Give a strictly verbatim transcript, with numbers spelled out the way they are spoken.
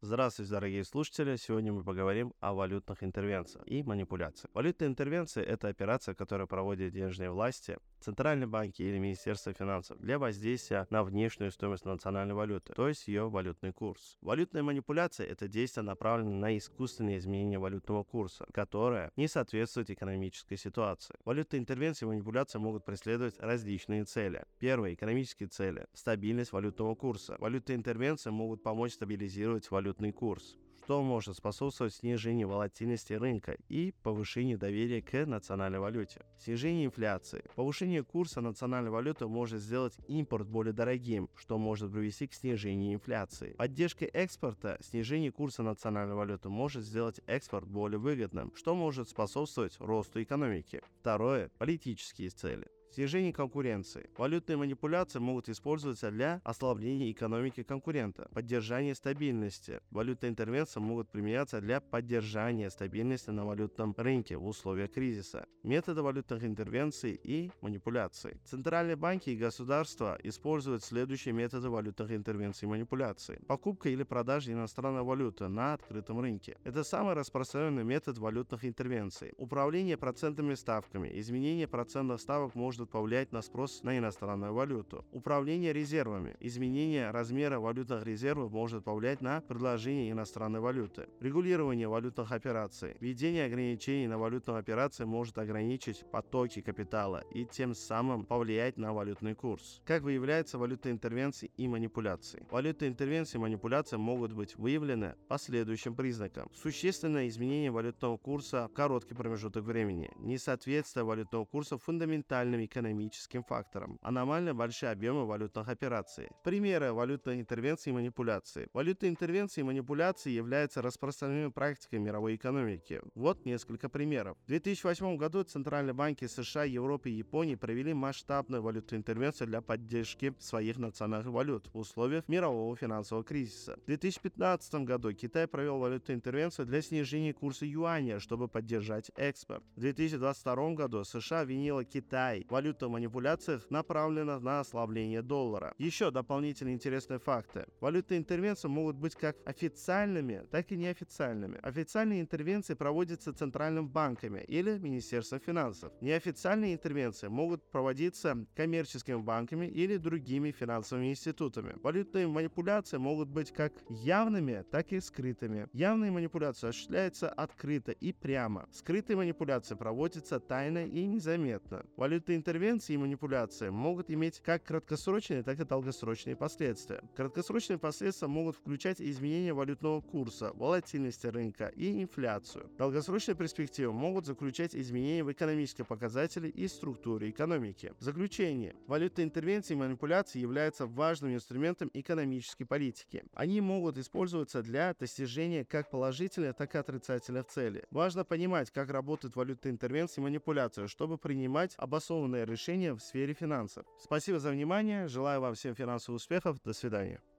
Здравствуйте, дорогие слушатели! Сегодня мы поговорим о валютных интервенциях и манипуляциях. Валютные интервенции – это операция, которую проводят денежные власти, центральные банки или Министерство финансов для воздействия на внешнюю стоимость национальной валюты, то есть ее валютный курс. Валютная манипуляция – это действие, направленное на искусственное изменение валютного курса, которое не соответствует экономической ситуации. Валютные интервенции и манипуляции могут преследовать различные цели. Первое – экономические цели. Стабильность валютного курса. Валютные интервенции могут помочь стабилизировать валютный курс, что может способствовать снижению волатильности рынка и повышению доверия к национальной валюте. Снижение инфляции. Повышение курса национальной валюты может сделать импорт более дорогим, что может привести к снижению инфляции. Поддержка экспорта. Снижение курса национальной валюты может сделать экспорт более выгодным, что может способствовать росту экономики. Второе. Политические цели. Снижение конкуренции. Валютные манипуляции могут использоваться для ослабления экономики конкурента, поддержания стабильности. Валютные интервенции могут применяться для поддержания стабильности на валютном рынке в условиях кризиса. Методы валютных интервенций и манипуляций. Центральные банки и государства используют следующие методы валютных интервенций и манипуляций. Покупка или продажа иностранной валюты на открытом рынке. Это самый распространенный метод валютных интервенций. Управление процентными ставками. Изменение процентных ставок может повлиять на спрос на иностранную валюту. Управление резервами. Изменение размера валютных резервов может повлиять на предложение иностранной валюты. Регулирование валютных операций. Введение ограничений на валютные операции может ограничить потоки капитала и тем самым повлиять на валютный курс. Как выявляются валютные интервенции и манипуляции? Валютные интервенции и манипуляции могут быть выявлены по следующим признакам. Существенное изменение валютного курса в короткий промежуток времени. Несоответствие валютного курса фундаментальным экономическим факторам. Аномально большие объемы валютных операций. Примеры валютной интервенции и манипуляции. Валютные интервенции и манипуляции являются распространенной практикой мировой экономики. Вот несколько примеров. В две тысячи восьмом году центральные банки США, Европы и Японии провели масштабную валютную интервенцию для поддержки своих национальных валют в условиях мирового финансового кризиса. В две тысячи пятнадцатом году Китай провел валютную интервенцию для снижения курса юаня, чтобы поддержать экспорт. В две тысячи двадцать втором году США обвинила Китай в валютных манипуляциях, направленных на ослабление доллара. Еще дополнительные интересные факты. Валютные интервенции могут быть как официальными, так и неофициальными. Официальные интервенции проводятся центральными банками или Министерством финансов. Неофициальные интервенции могут проводиться коммерческими банками или другими финансовыми институтами. Валютные манипуляции могут быть как явными, так и скрытыми. Явные манипуляции осуществляются открыто и прямо. Скрытые манипуляции проводятся тайно и незаметно. Валютные интервенции и манипуляции могут иметь как краткосрочные, так и долгосрочные последствия. Краткосрочные последствия могут включать изменение валютного курса, волатильности рынка и инфляцию. Долгосрочные перспективы могут заключать изменения в экономических показателях и структуре экономики. В заключение, валютные интервенции и манипуляции являются важным инструментом экономической политики. Они могут использоваться для достижения как положительных, так и отрицательных целей. Важно понимать, как работают валютные интервенции и манипуляции, чтобы принимать обоснованные решения в сфере финансов. Спасибо за внимание. Желаю вам всем финансовых успехов. До свидания.